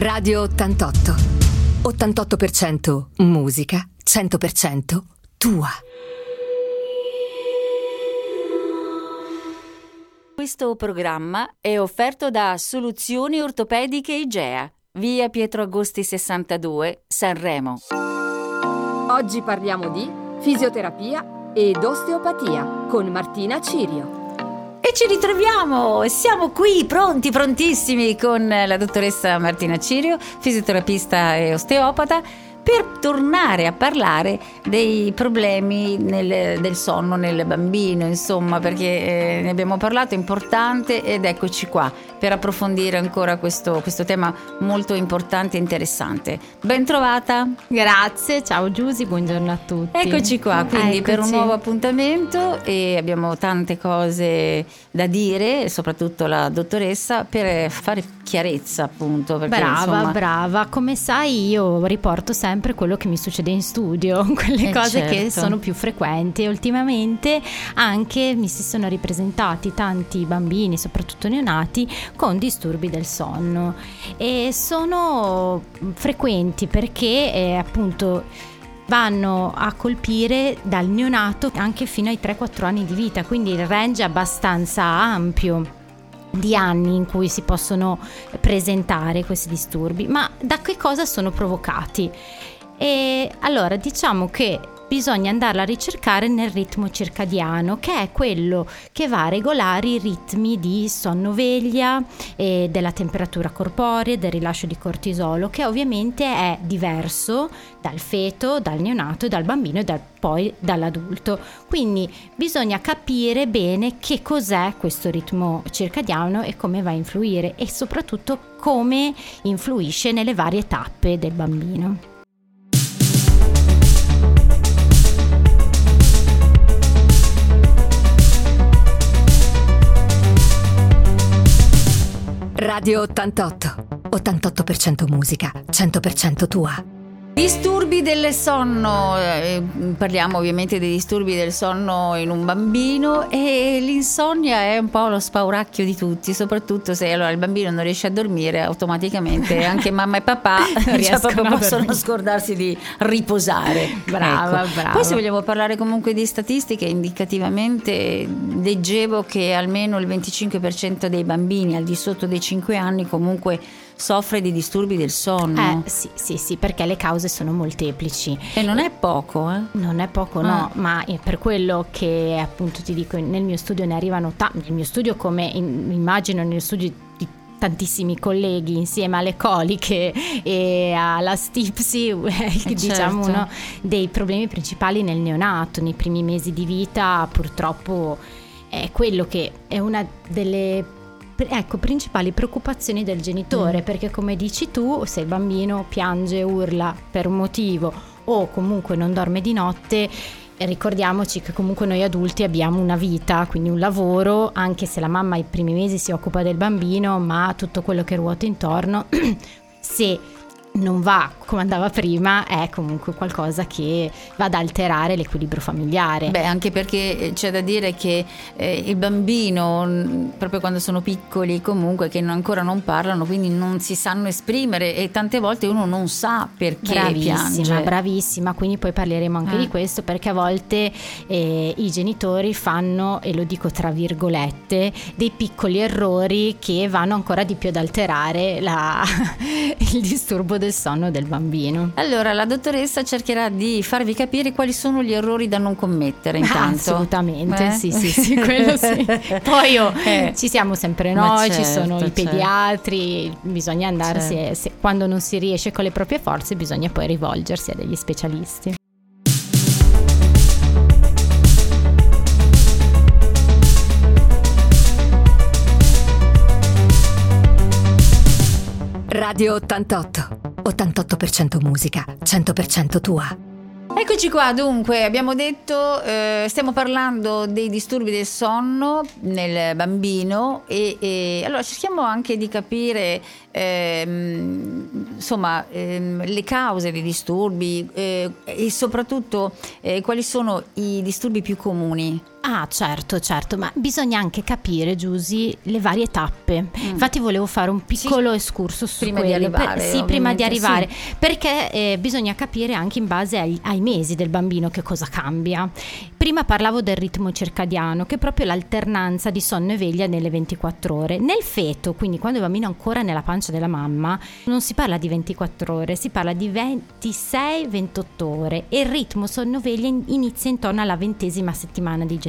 Radio 88. 88% musica, 100% tua. Questo programma è offerto da Soluzioni Ortopediche Igea, via Pietro Agosti 62, Sanremo. Oggi parliamo di fisioterapia ed osteopatia con Martina Cirio. E ci ritroviamo, siamo qui prontissimi con la dottoressa Martina Cirio, fisioterapista e osteopata, per tornare a parlare dei problemi del sonno nel bambino, insomma, perché ne abbiamo parlato, è importante, ed eccoci qua per approfondire ancora questo tema molto importante e interessante. Ben trovata. Grazie, ciao Giusy, buongiorno a tutti. Eccoci qua, quindi per un nuovo appuntamento, e abbiamo tante cose da dire, soprattutto la dottoressa, per fare chiarezza, appunto, perché, brava, come sai io riporto sempre quello che mi succede in studio, quelle cose che sono più frequenti. Ultimamente anche mi si sono ripresentati tanti bambini, soprattutto neonati, con disturbi del sonno, e sono frequenti perché appunto vanno a colpire dal neonato anche fino ai 3-4 anni di vita, quindi il range è abbastanza ampio di anni in cui si possono presentare questi disturbi. Ma da che cosa sono provocati? E allora diciamo che bisogna andarla a ricercare nel ritmo circadiano, che è quello che va a regolare i ritmi di sonno-veglia, e della temperatura corporea, del rilascio di cortisolo, che ovviamente è diverso dal feto, dal neonato, dal bambino e poi dall'adulto. Quindi bisogna capire bene che cos'è questo ritmo circadiano e come va a influire, e soprattutto come influisce nelle varie tappe del bambino. Radio 88. 88% musica, 100% tua. Disturbi del sonno, parliamo ovviamente dei disturbi del sonno in un bambino, e l'insonnia è un po' lo spauracchio di tutti, soprattutto se allora il bambino non riesce a dormire, automaticamente anche mamma e papà possono scordarsi di riposare. Brava. Poi, se vogliamo parlare comunque di statistiche, indicativamente leggevo che almeno il 25% dei bambini al di sotto dei 5 anni comunque soffre di disturbi del sonno. Sì, perché le cause sono molteplici. E non è poco, Non è poco, no, ma per quello che appunto ti dico, nel mio studio ne arrivano nel mio studio, come immagino nel studio di tantissimi colleghi, insieme alle coliche e alla stipsi, diciamo uno dei problemi principali nel neonato, nei primi mesi di vita, purtroppo è quello che è una delle principali preoccupazioni del genitore, perché come dici tu, se il bambino piange, urla per un motivo o comunque non dorme di notte, ricordiamoci che comunque noi adulti abbiamo una vita, quindi un lavoro, anche se la mamma i primi mesi si occupa del bambino, ma tutto quello che ruota intorno se non va come andava prima è comunque qualcosa che va ad alterare l'equilibrio familiare. Anche perché c'è da dire che il bambino, proprio quando sono piccoli, comunque che ancora non parlano, quindi non si sanno esprimere, e tante volte uno non sa perché piange. Bravissima, quindi poi parleremo anche di questo, perché a volte i genitori fanno, e lo dico tra virgolette, dei piccoli errori che vanno ancora di più ad alterare il disturbo del sonno del bambino. Allora la dottoressa cercherà di farvi capire quali sono gli errori da non commettere intanto. Assolutamente, sì, quello sì. Poi ci siamo sempre noi, ci sono i pediatri, bisogna andarsi, quando non si riesce con le proprie forze bisogna poi rivolgersi a degli specialisti. Radio 88. 88% musica, 100% tua. Eccoci qua, dunque abbiamo detto, stiamo parlando dei disturbi del sonno nel bambino, e allora cerchiamo anche di capire insomma le cause dei disturbi e soprattutto quali sono i disturbi più comuni. Ah, certo, ma bisogna anche capire, Giusy, le varie tappe. Infatti volevo fare un piccolo escursus su prima quello. Prima di arrivare, sì. Perché bisogna capire anche in base ai mesi del bambino che cosa cambia. Prima parlavo del ritmo circadiano, che è proprio l'alternanza di sonno e veglia nelle 24 ore. Nel feto, quindi quando il bambino è ancora nella pancia della mamma, non si parla di 24 ore, si parla di 26-28 ore e il ritmo sonno-veglia inizia intorno alla 20ª settimana di gestazione.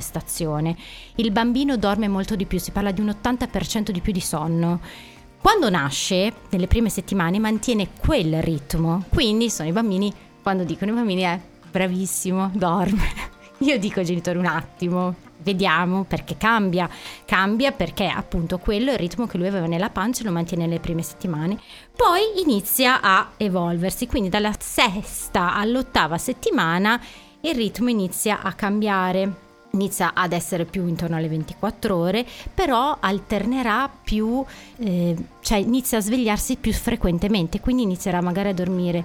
Il bambino dorme molto di più, si parla di un 80% di più di sonno. Quando nasce, nelle prime settimane, mantiene quel ritmo. Quindi sono i bambini, quando dicono i bambini è bravissimo, dorme. Io dico ai genitori un attimo, vediamo, perché cambia perché appunto quello è il ritmo che lui aveva nella pancia, lo mantiene nelle prime settimane, poi inizia a evolversi, quindi dalla 6ª all'8ª settimana il ritmo inizia a cambiare. Inizia ad essere più intorno alle 24 ore, però alternerà più, cioè inizia a svegliarsi più frequentemente, quindi inizierà magari a dormire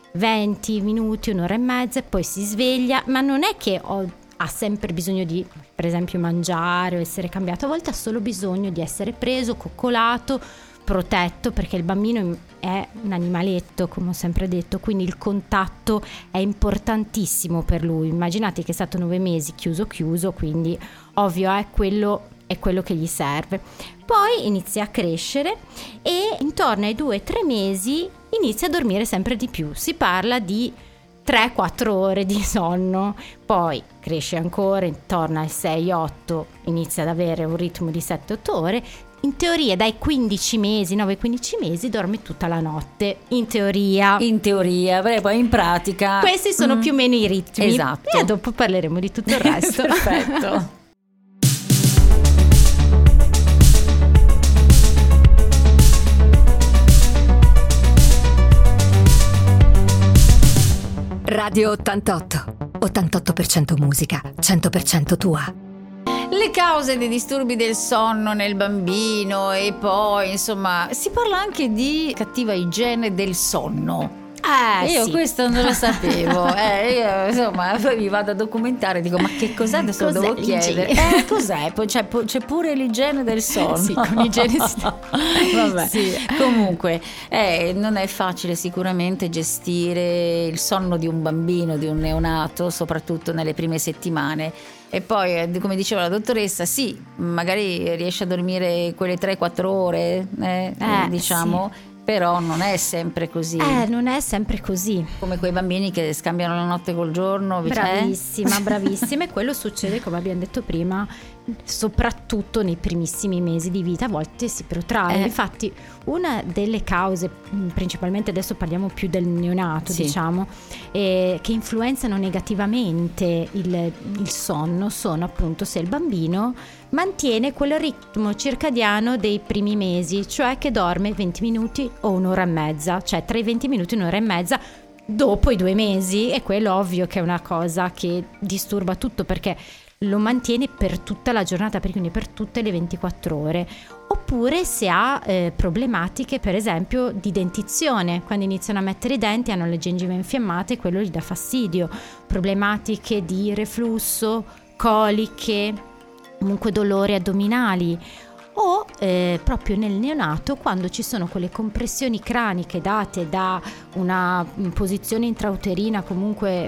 20 minuti, un'ora e mezza, e poi si sveglia, ma non è che ha sempre bisogno di, per esempio, mangiare o essere cambiato, a volte ha solo bisogno di essere preso, coccolato, protetto, perché il bambino è un animaletto, come ho sempre detto, quindi il contatto è importantissimo per lui. Immaginate che è stato 9 mesi chiuso, quindi ovvio è quello che gli serve. Poi inizia a crescere e intorno ai 2-3 mesi inizia a dormire sempre di più, si parla di 3-4 ore di sonno, poi cresce ancora intorno ai 6-8, inizia ad avere un ritmo di 7-8 ore. In teoria dai 15 mesi, 9-15 mesi dorme tutta la notte, in teoria, poi in pratica questi sono più o meno i ritmi. Esatto. E dopo parleremo di tutto il resto. Perfetto. Radio 88% musica, 100% tua. Le cause dei disturbi del sonno nel bambino e poi insomma si parla anche di cattiva igiene del sonno. Io sì. Questo non lo sapevo. Io insomma mi vado a documentare, dico ma che cos'è? Adesso lo devo chiedere. Cos'è? Poi c'è pure l'igiene del sonno. Sì, con igiene vabbè. Sì. Comunque non è facile sicuramente gestire il sonno di un bambino, di un neonato, soprattutto nelle prime settimane. E poi, come diceva la dottoressa, sì, magari riesce a dormire quelle 3-4 ore, diciamo. Sì. Però non è sempre così. Non è sempre così. Come quei bambini che scambiano la notte col giorno. Bravissima. E quello succede, come abbiamo detto prima, soprattutto nei primissimi mesi di vita, a volte si protrae. Infatti una delle cause, principalmente adesso parliamo più del neonato, sì, diciamo, che influenzano negativamente il sonno, sono appunto se il bambino mantiene quel ritmo circadiano dei primi mesi, cioè che dorme 20 minuti o un'ora e mezza, cioè tra i 20 minuti e un'ora e mezza dopo i 2 mesi. E quello ovvio che è una cosa che disturba tutto, perché lo mantiene per tutta la giornata, quindi per tutte le 24 ore. Oppure se ha problematiche, per esempio di dentizione, quando iniziano a mettere i denti, hanno le gengive infiammate, quello gli dà fastidio. Problematiche di reflusso, coliche, comunque dolori addominali. O proprio nel neonato, quando ci sono quelle compressioni craniche date da una posizione intrauterina comunque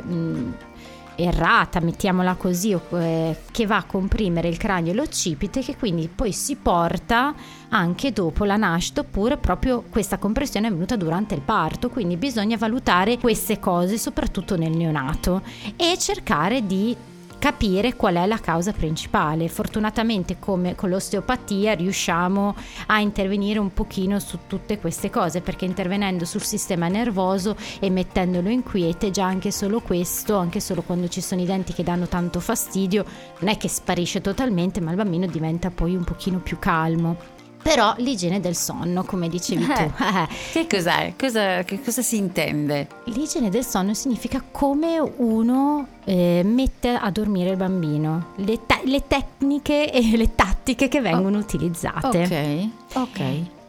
errata, mettiamola così, che va a comprimere il cranio e l'occipite, che quindi poi si porta anche dopo la nascita, oppure proprio questa compressione è venuta durante il parto. Quindi bisogna valutare queste cose soprattutto nel neonato e cercare di capire qual è la causa principale. Fortunatamente, come con l'osteopatia, riusciamo a intervenire un pochino su tutte queste cose, perché intervenendo sul sistema nervoso e mettendolo in quiete, già anche solo questo, anche solo quando ci sono i denti che danno tanto fastidio, non è che sparisce totalmente, ma il bambino diventa poi un pochino più calmo. Però l'igiene del sonno, come dicevi tu. Che cos'è? Che cosa si intende? L'igiene del sonno significa come uno mette a dormire il bambino, le tecniche e le tattiche che vengono utilizzate. Ok.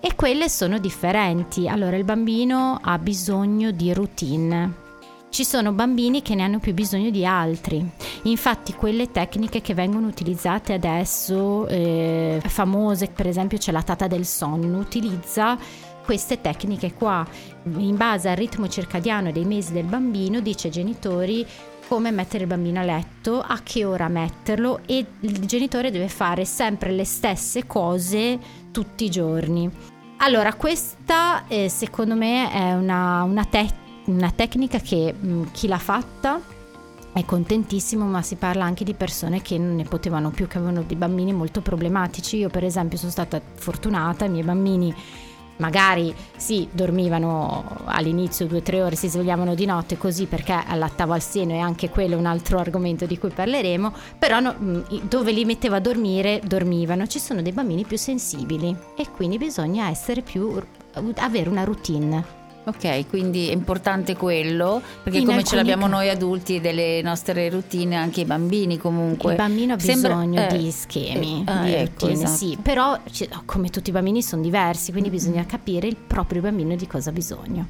e quelle sono differenti. Allora il bambino ha bisogno di routine. Ci sono bambini che ne hanno più bisogno di altri, infatti quelle tecniche che vengono utilizzate adesso, famose, per esempio c'è la tata del sonno, utilizza queste tecniche qua, in base al ritmo circadiano dei mesi del bambino dice ai genitori come mettere il bambino a letto, a che ora metterlo, e il genitore deve fare sempre le stesse cose tutti i giorni. Allora questa secondo me è una tecnica che chi l'ha fatta è contentissimo, ma si parla anche di persone che non ne potevano più, che avevano dei bambini molto problematici. Io per esempio sono stata fortunata, i miei bambini magari sì, dormivano all'inizio 2-3 ore, si svegliavano di notte così perché allattavo al seno, e anche quello è un altro argomento di cui parleremo, però dove li mettevo a dormire dormivano. Ci sono dei bambini più sensibili e quindi bisogna avere una routine. Ok, quindi è importante quello, perché come ce l'abbiamo noi adulti delle nostre routine, anche i bambini comunque. Il bambino ha bisogno di schemi, di routine, esatto. Sì, però come tutti i bambini sono diversi, quindi bisogna capire il proprio bambino di cosa ha bisogno.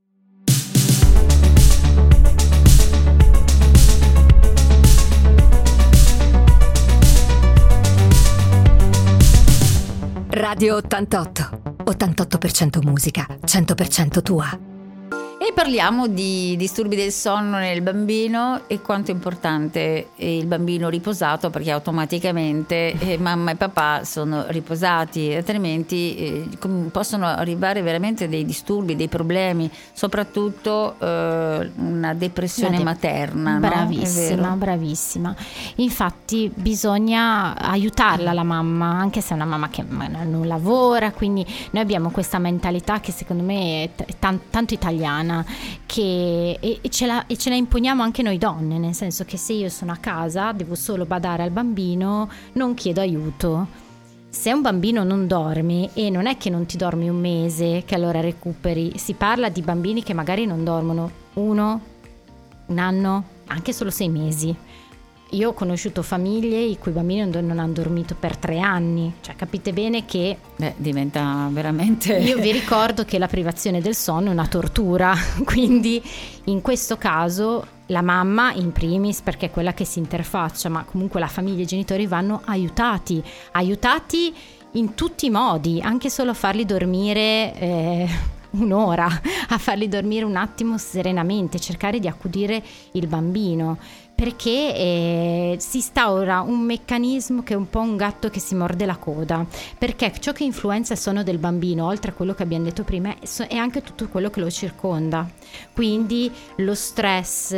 Radio 88. 88% musica, 100% tua. E parliamo di disturbi del sonno nel bambino e quanto è importante il bambino riposato, perché automaticamente mamma e papà sono riposati, altrimenti possono arrivare veramente dei disturbi, dei problemi, soprattutto una depressione materna. Bravissima, no? Bravissima. Infatti bisogna aiutarla la mamma, anche se è una mamma che non lavora, quindi noi abbiamo questa mentalità che secondo me è tanto italiana, e ce la imponiamo anche noi donne, nel senso che se io sono a casa devo solo badare al bambino, non chiedo aiuto. Se un bambino non dorme, e non è che non ti dormi un mese che allora recuperi, si parla di bambini che magari non dormono un anno, anche solo 6 mesi. Io ho conosciuto famiglie i cui bambini non hanno dormito per 3 anni, cioè capite bene che diventa veramente... Io vi ricordo che la privazione del sonno è una tortura, quindi in questo caso la mamma in primis, perché è quella che si interfaccia, ma comunque la famiglia e i genitori vanno aiutati in tutti i modi, anche solo a farli dormire un'ora, a farli dormire un attimo serenamente, cercare di accudire il bambino, perché si instaura un meccanismo che è un po' un gatto che si morde la coda, perché ciò che influenza il sonno del bambino, oltre a quello che abbiamo detto prima, è anche tutto quello che lo circonda, quindi lo stress,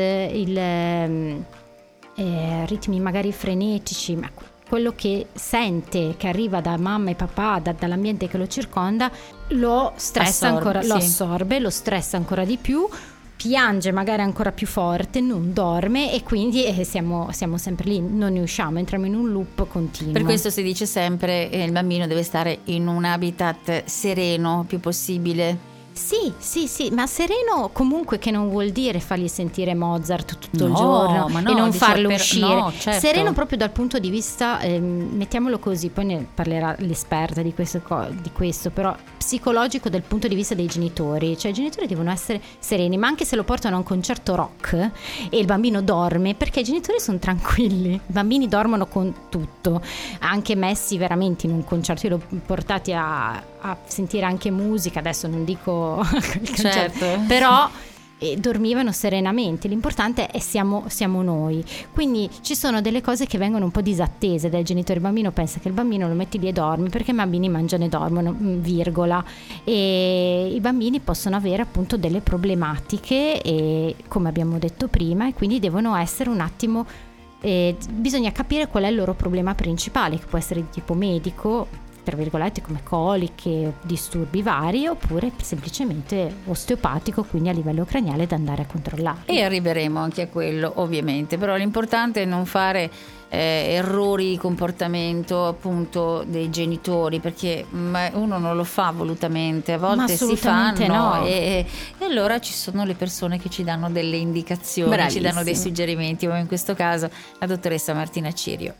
ritmi magari frenetici, ma quello che sente, che arriva da mamma e papà, dall'ambiente che lo circonda, lo stressa lo assorbe, lo stressa ancora di più, piange magari ancora più forte, non dorme, e quindi siamo sempre lì, non ne usciamo, entriamo in un loop continuo. Per questo si dice sempre che il bambino deve stare in un habitat sereno più possibile. Sì, ma sereno comunque, che non vuol dire fargli sentire Mozart tutto il giorno e non farlo uscire. Certo. Sereno proprio dal punto di vista, mettiamolo così, poi ne parlerà l'esperta di questo, però psicologico dal punto di vista dei genitori. Cioè i genitori devono essere sereni, ma anche se lo portano a un concerto rock e il bambino dorme, perché i genitori sono tranquilli, i bambini dormono con tutto, anche messi veramente in un concerto. Io l'ho portati a sentire anche musica, adesso non dico certo, però dormivano serenamente. L'importante è siamo noi, quindi ci sono delle cose che vengono un po' disattese dai genitori. Il bambino pensa che il bambino lo metti lì e dormi, perché i bambini mangiano e dormono, virgola, e i bambini possono avere appunto delle problematiche, come abbiamo detto prima, e quindi devono essere un attimo bisogna capire qual è il loro problema principale, che può essere di tipo medico, tra virgolette, come coliche, disturbi vari, oppure semplicemente osteopatico, quindi a livello craniale, da andare a controllare. E arriveremo anche a quello, ovviamente, però l'importante è non fare errori di comportamento appunto dei genitori, perché uno non lo fa volutamente, a volte si fanno, no. e allora ci sono le persone che ci danno delle indicazioni, ci danno dei suggerimenti, come in questo caso la dottoressa Martina Cirio.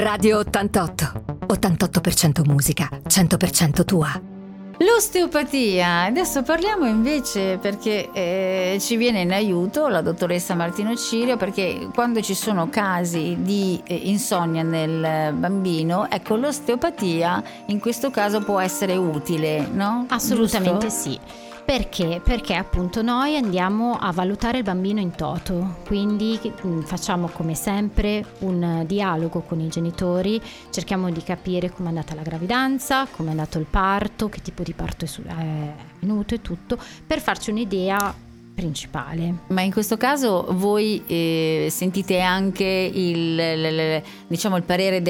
Radio 88. 88% musica, 100% tua. L'osteopatia. Adesso parliamo invece, perché ci viene in aiuto la dottoressa Martino Cirio, perché quando ci sono casi di insonnia nel bambino, ecco, l'osteopatia in questo caso può essere utile, no? Assolutamente Giusto? sì. Perché? Perché appunto noi andiamo a valutare il bambino in toto, quindi facciamo come sempre un dialogo con i genitori, cerchiamo di capire come è andata la gravidanza, come è andato il parto, che tipo di parto è venuto e tutto, per farci un'idea principale. Ma in questo caso voi sentite anche il parere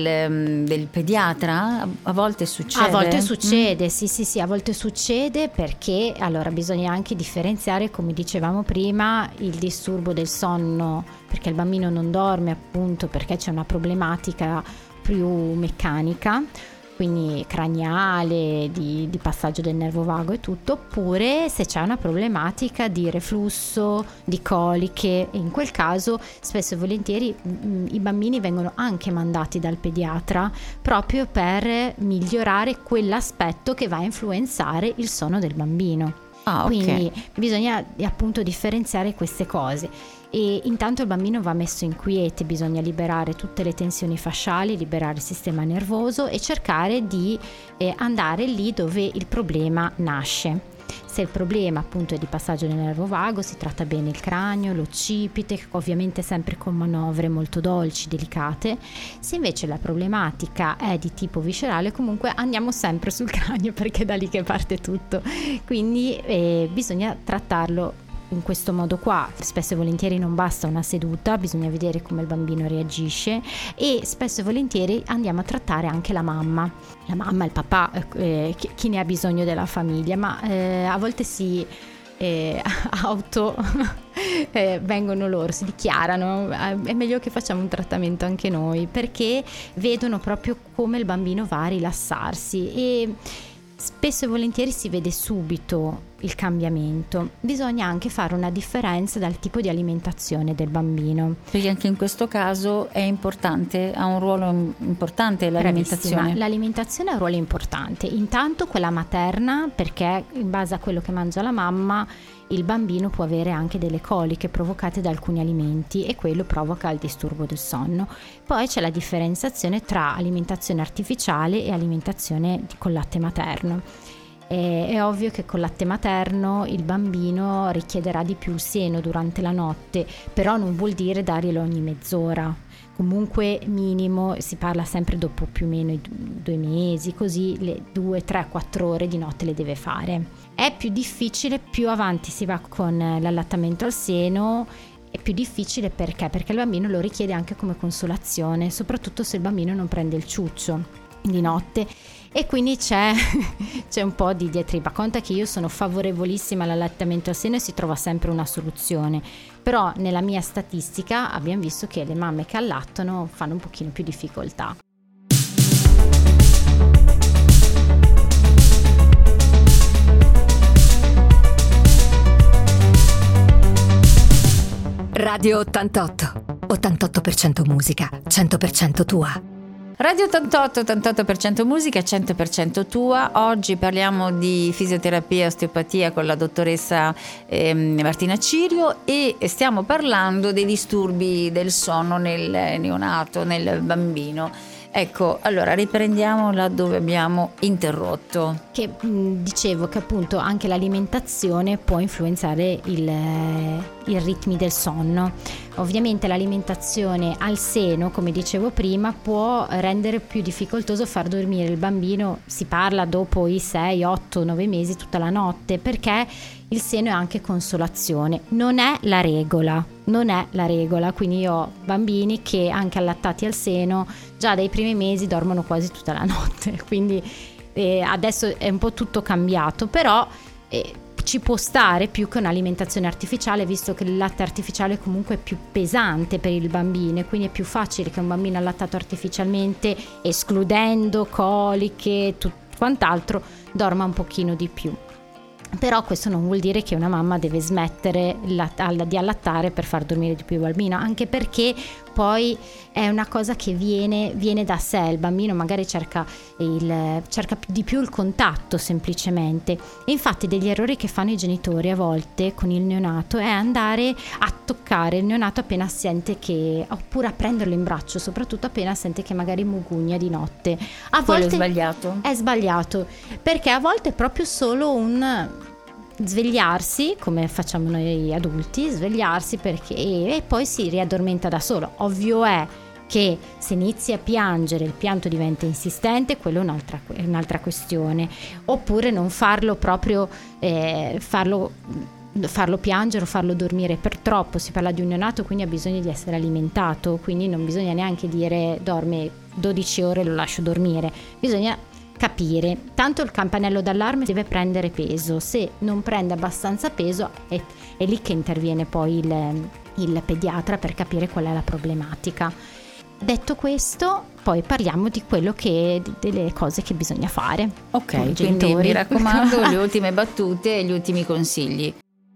del pediatra? A volte succede? A volte succede, sì, a volte succede, perché allora bisogna anche differenziare, come dicevamo prima, il disturbo del sonno, perché il bambino non dorme appunto perché c'è una problematica più meccanica, quindi craniale, di passaggio del nervo vago e tutto, oppure se c'è una problematica di reflusso, di coliche. In quel caso spesso e volentieri i bambini vengono anche mandati dal pediatra proprio per migliorare quell'aspetto che va a influenzare il sonno del bambino. Ah, okay. Quindi bisogna appunto differenziare queste cose. E intanto il bambino va messo in quiete, bisogna liberare tutte le tensioni fasciali, liberare il sistema nervoso e cercare di andare lì dove il problema nasce. Se il problema appunto è di passaggio del nervo vago, si tratta bene il cranio, l'occipite, ovviamente sempre con manovre molto dolci, delicate. Se invece la problematica è di tipo viscerale, comunque andiamo sempre sul cranio, perché è da lì che parte tutto. Quindi bisogna trattarlo in questo modo qua. Spesso e volentieri non basta una seduta, bisogna vedere come il bambino reagisce, e spesso e volentieri andiamo a trattare anche la mamma, il papà, chi ne ha bisogno della famiglia, ma a volte si vengono loro, si dichiarano, è meglio che facciamo un trattamento anche noi, perché vedono proprio come il bambino va a rilassarsi, e spesso e volentieri si vede subito il cambiamento. Bisogna anche fare una differenza dal tipo di alimentazione del bambino, perché anche in questo caso è importante, ha un ruolo importante l'alimentazione. Bravissima. L'alimentazione ha un ruolo importante, intanto quella materna, perché in base a quello che mangia la mamma il bambino può avere anche delle coliche provocate da alcuni alimenti, e quello provoca il disturbo del sonno. Poi c'è la differenziazione tra alimentazione artificiale e alimentazione con latte materno. È ovvio che con latte materno il bambino richiederà di più il seno durante la notte, però non vuol dire darglielo ogni mezz'ora. Comunque minimo, si parla sempre dopo più o meno i 2 mesi, così le 2, 3, 4 ore di notte le deve fare. È più difficile più avanti si va con l'allattamento al seno. È più difficile perché il bambino lo richiede anche come consolazione, soprattutto se il bambino non prende il ciuccio di notte, e quindi c'è un po' di diatriba. Conta che io sono favorevolissima all'allattamento al seno e si trova sempre una soluzione, però nella mia statistica abbiamo visto che le mamme che allattano fanno un pochino più difficoltà. Radio 88. 88% musica, 100% tua. Radio 88, 88% musica, 100% tua. Oggi parliamo di fisioterapia e osteopatia con la dottoressa Martina Cirio, e stiamo parlando dei disturbi del sonno nel neonato, nel bambino. Ecco, allora riprendiamo là dove abbiamo interrotto. Che dicevo che appunto anche l'alimentazione può influenzare i ritmi del sonno. Ovviamente l'alimentazione al seno, come dicevo prima, può rendere più difficoltoso far dormire il bambino. Si parla dopo i 6, 8, 9 mesi tutta la notte, perché il seno è anche consolazione, non è la regola, quindi io ho bambini che anche allattati al seno già dai primi mesi dormono quasi tutta la notte, quindi adesso è un po' tutto cambiato, però ci può stare più che un'alimentazione artificiale, visto che il latte artificiale comunque è più pesante per il bambino, e quindi è più facile che un bambino allattato artificialmente, escludendo coliche e quant'altro, dorma un pochino di più. Però questo non vuol dire che una mamma deve smettere di allattare per far dormire di più il bambino, anche perché poi è una cosa che viene da sé. Il bambino magari cerca di più il contatto semplicemente, e infatti degli errori che fanno i genitori a volte con il neonato è andare a toccare il neonato appena sente che, oppure a prenderlo in braccio, soprattutto appena sente che magari mugugna di notte. A volte è sbagliato, perché a volte è proprio solo un svegliarsi, come facciamo noi adulti, svegliarsi e poi si riaddormenta da solo. Ovvio è che se inizi a piangere, il pianto diventa insistente, quello è un'altra questione. Oppure non farlo proprio, farlo piangere o farlo dormire per troppo. Si parla di un neonato, quindi ha bisogno di essere alimentato, quindi non bisogna neanche dire dorme 12 ore, lo lascio dormire. Bisogna capire, tanto il campanello d'allarme deve prendere peso. Se non prende abbastanza peso è lì che interviene poi il pediatra per capire qual è la problematica. Detto questo, poi parliamo di delle cose che bisogna fare. Ok, quindi mi raccomando le ultime battute e gli ultimi consigli.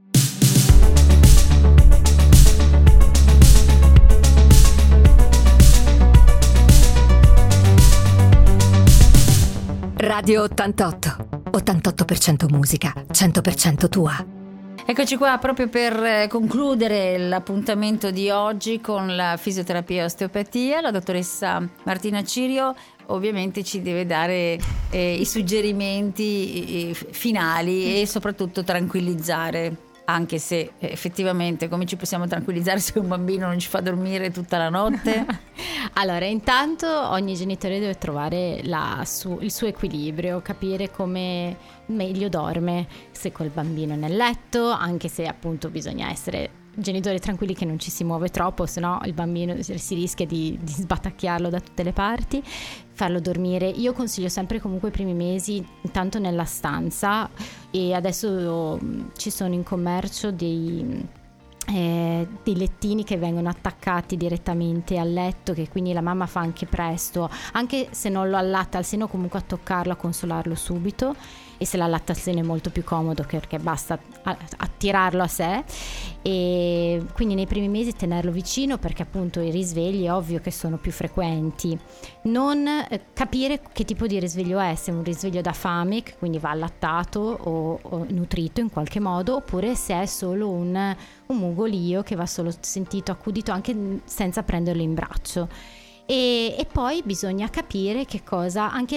Radio 88. 88% musica, 100% tua. Eccoci qua proprio per concludere l'appuntamento di oggi con la fisioterapia e osteopatia. La dottoressa Martina Cirio ovviamente ci deve dare i suggerimenti finali e soprattutto tranquillizzare, anche se effettivamente come ci possiamo tranquillizzare se un bambino non ci fa dormire tutta la notte? Allora, intanto ogni genitore deve trovare il suo equilibrio, capire come meglio dorme, se col bambino nel letto, anche se appunto bisogna essere genitori tranquilli che non ci si muove troppo, se no il bambino si rischia di sbatacchiarlo da tutte le parti. Farlo dormire, io consiglio sempre comunque i primi mesi intanto nella stanza, e adesso ci sono in commercio dei lettini che vengono attaccati direttamente al letto, che quindi la mamma fa anche presto, anche se non lo allatta al seno, comunque a toccarlo, a consolarlo subito. E se l'allatta al seno è molto più comodo, perché basta attirarlo a sé, e quindi nei primi mesi tenerlo vicino, perché appunto i risvegli è ovvio che sono più frequenti. Non capire che tipo di risveglio è, se è un risveglio da fame, che quindi va allattato o nutrito in qualche modo, oppure se è solo un mugolio che va solo sentito, accudito, anche senza prenderlo in braccio. E poi bisogna capire che cosa, anche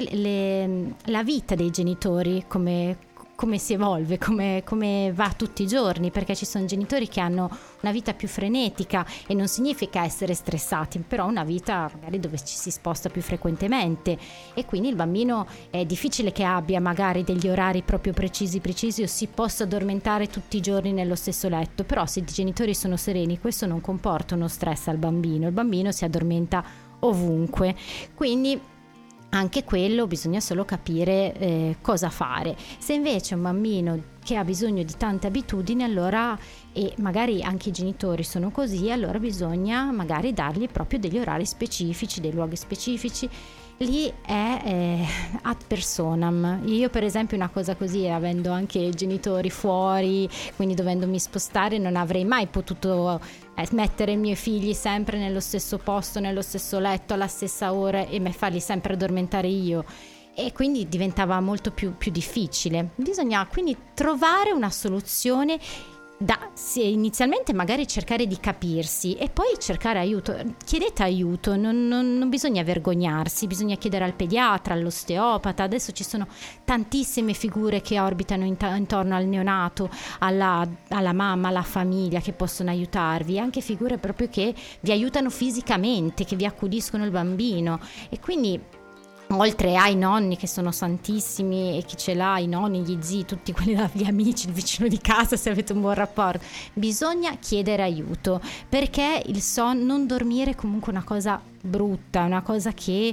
la vita dei genitori, come si evolve, come va tutti i giorni, perché ci sono genitori che hanno una vita più frenetica, e non significa essere stressati, però una vita magari dove ci si sposta più frequentemente, e quindi il bambino è difficile che abbia magari degli orari proprio precisi o si possa addormentare tutti i giorni nello stesso letto. Però se i genitori sono sereni, questo non comporta uno stress al bambino, il bambino si addormenta ovunque, quindi anche quello bisogna solo capire cosa fare. Se invece è un bambino che ha bisogno di tante abitudini, allora, e magari anche i genitori sono così, allora bisogna magari dargli proprio degli orari specifici, dei luoghi specifici. Lì è ad personam. Io per esempio una cosa così, avendo anche genitori fuori, quindi dovendomi spostare, non avrei mai potuto mettere i miei figli sempre nello stesso posto, nello stesso letto, alla stessa ora, e farli sempre addormentare io, e quindi diventava molto più difficile. Bisogna quindi trovare una soluzione, inizialmente magari cercare di capirsi e poi cercare aiuto. Chiedete aiuto, non bisogna vergognarsi, bisogna chiedere al pediatra, all'osteopata. Adesso ci sono tantissime figure che orbitano intorno al neonato, alla mamma, alla famiglia, che possono aiutarvi, anche figure proprio che vi aiutano fisicamente, che vi accudiscono il bambino. E quindi, oltre ai nonni che sono santissimi, e chi ce l'ha, i nonni, gli zii, tutti quelli gli amici, il vicino di casa, se avete un buon rapporto, bisogna chiedere aiuto, perché non dormire è comunque una cosa brutta, una cosa che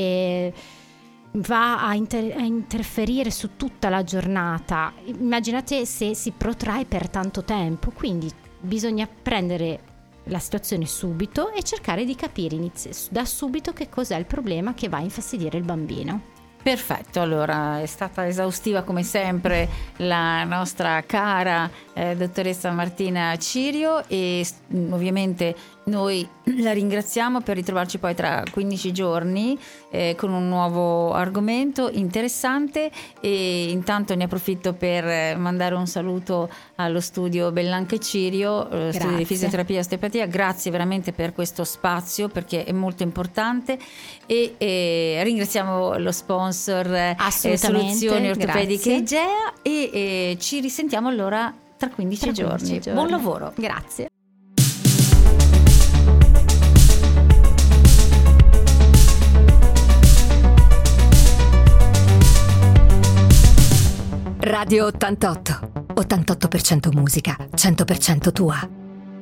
va a interferire su tutta la giornata. Immaginate se si protrae per tanto tempo, quindi bisogna prendere la situazione subito e cercare di capire da subito che cos'è il problema che va a infastidire il bambino. Perfetto, allora è stata esaustiva come sempre la nostra cara dottoressa Martina Cirio, e ovviamente Noi la ringraziamo, per ritrovarci poi tra 15 giorni con un nuovo argomento interessante, e intanto ne approfitto per mandare un saluto allo studio Bellanca e Cirio, studio di fisioterapia e osteopatia. Grazie veramente per questo spazio, perché è molto importante, e ringraziamo lo sponsor Soluzioni Ortopediche Igea, e ci risentiamo allora tra 15 giorni. Buon lavoro. Grazie. Radio 88. 88% musica, 100% tua.